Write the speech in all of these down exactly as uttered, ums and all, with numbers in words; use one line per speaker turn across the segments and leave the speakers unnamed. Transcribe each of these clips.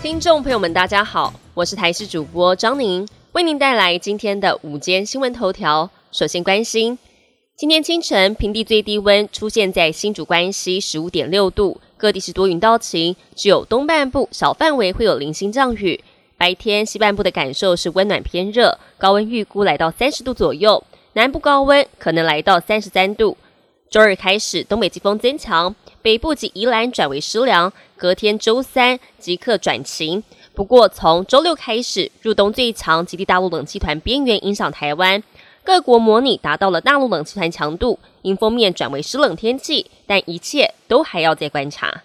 听众朋友们，大家好，我是台视主播张宁，为您带来今天的午间新闻头条。首先关心，今天清晨平地最低温出现在新竹关西 十五点六度，各地是多云到晴，只有东半部小范围会有零星降雨。白天西半部的感受是温暖偏热，高温预估来到三十度左右，南部高温可能来到三十三度。周二开始东北季风增强，北部及宜兰转为湿凉，隔天周三即刻转晴。不过从周六开始，入冬最强极地大陆冷气团边缘影响台湾，各国模拟达到了大陆冷气团强度，迎风面转为湿冷天气，但一切都还要再观察。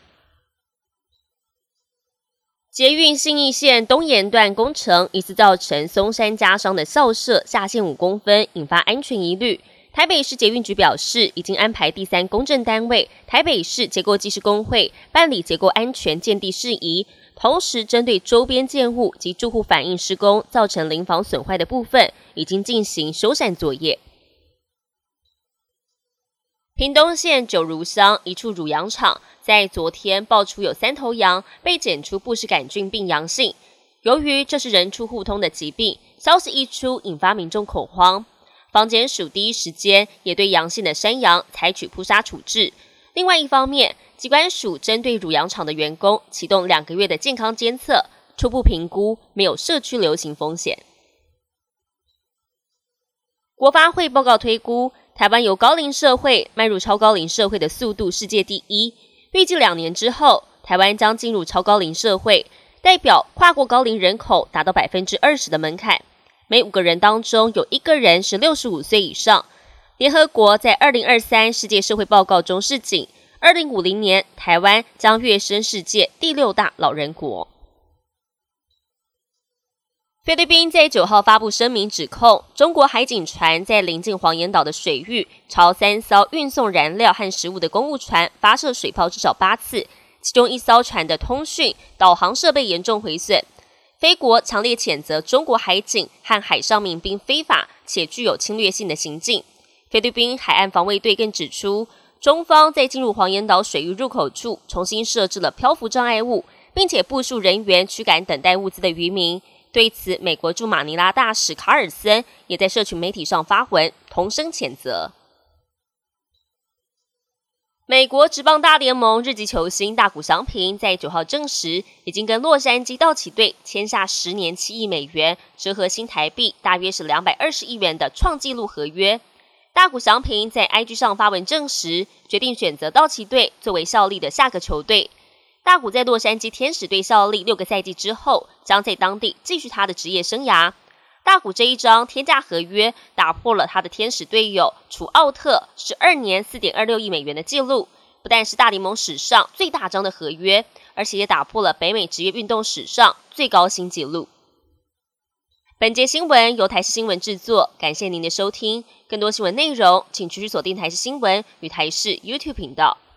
捷运信义线东延段工程疑似造成松山家商的校舍下陷五公分，引发安全疑虑。台北市捷运局表示，已经安排第三公证单位台北市结构技师工会办理结构安全鉴定事宜，同时针对周边建物及住户反映施工造成邻房损坏的部分，已经进行修缮作业。屏东县九如乡一处乳羊场在昨天爆出有三头羊被检出布氏杆菌病阳性，由于这是人畜互通的疾病，消息一出引发民众恐慌。防检署第一时间也对阳性的山羊采取扑杀处置。另外一方面，疾管署针对乳羊场的员工启动两个月的健康监测，初步评估没有社区流行风险。国发会报告推估，台湾由高龄社会迈入超高龄社会的速度世界第一，预计两年之后，台湾将进入超高龄社会，代表跨过高龄人口达到 百分之二十 的门槛。每五个人当中有一个人是六十五岁以上。联合国在二零二三世界社会报告中示警，二零五零年台湾将跃升世界第六大老人国。菲律宾在九号发布声明，指控中国海警船在临近黄岩岛的水域朝三艘运送燃料和食物的公务船发射水炮至少八次，其中一艘船的通讯导航设备严重毁损。菲国强烈谴责中国海警和海上民兵非法且具有侵略性的行径。菲律宾海岸防卫队更指出，中方在进入黄岩岛水域入口处重新设置了漂浮障碍物，并且部署人员驱赶等待物资的渔民。对此，美国驻马尼拉大使卡尔森也在社群媒体上发文，同声谴责。美国职棒大联盟日籍球星大谷翔平在九号证实，已经跟洛杉矶道奇队签下十年七亿美元，折合新台币大约是两百二十亿元的创纪录合约。大谷翔平在 I G 上发文证实，决定选择道奇队作为效力的下个球队。大谷在洛杉矶天使队效力六个赛季之后，将在当地继续他的职业生涯。大谷这一张天价合约打破了他的天使队友楚奥特十二年 四点二六亿美元的纪录，不但是大联盟史上最大张的合约，而且也打破了北美职业运动史上最高薪纪录。本节新闻由台视新闻制作，感谢您的收听。更多新闻内容，请持续锁定台视新闻与台视 YouTube 频道。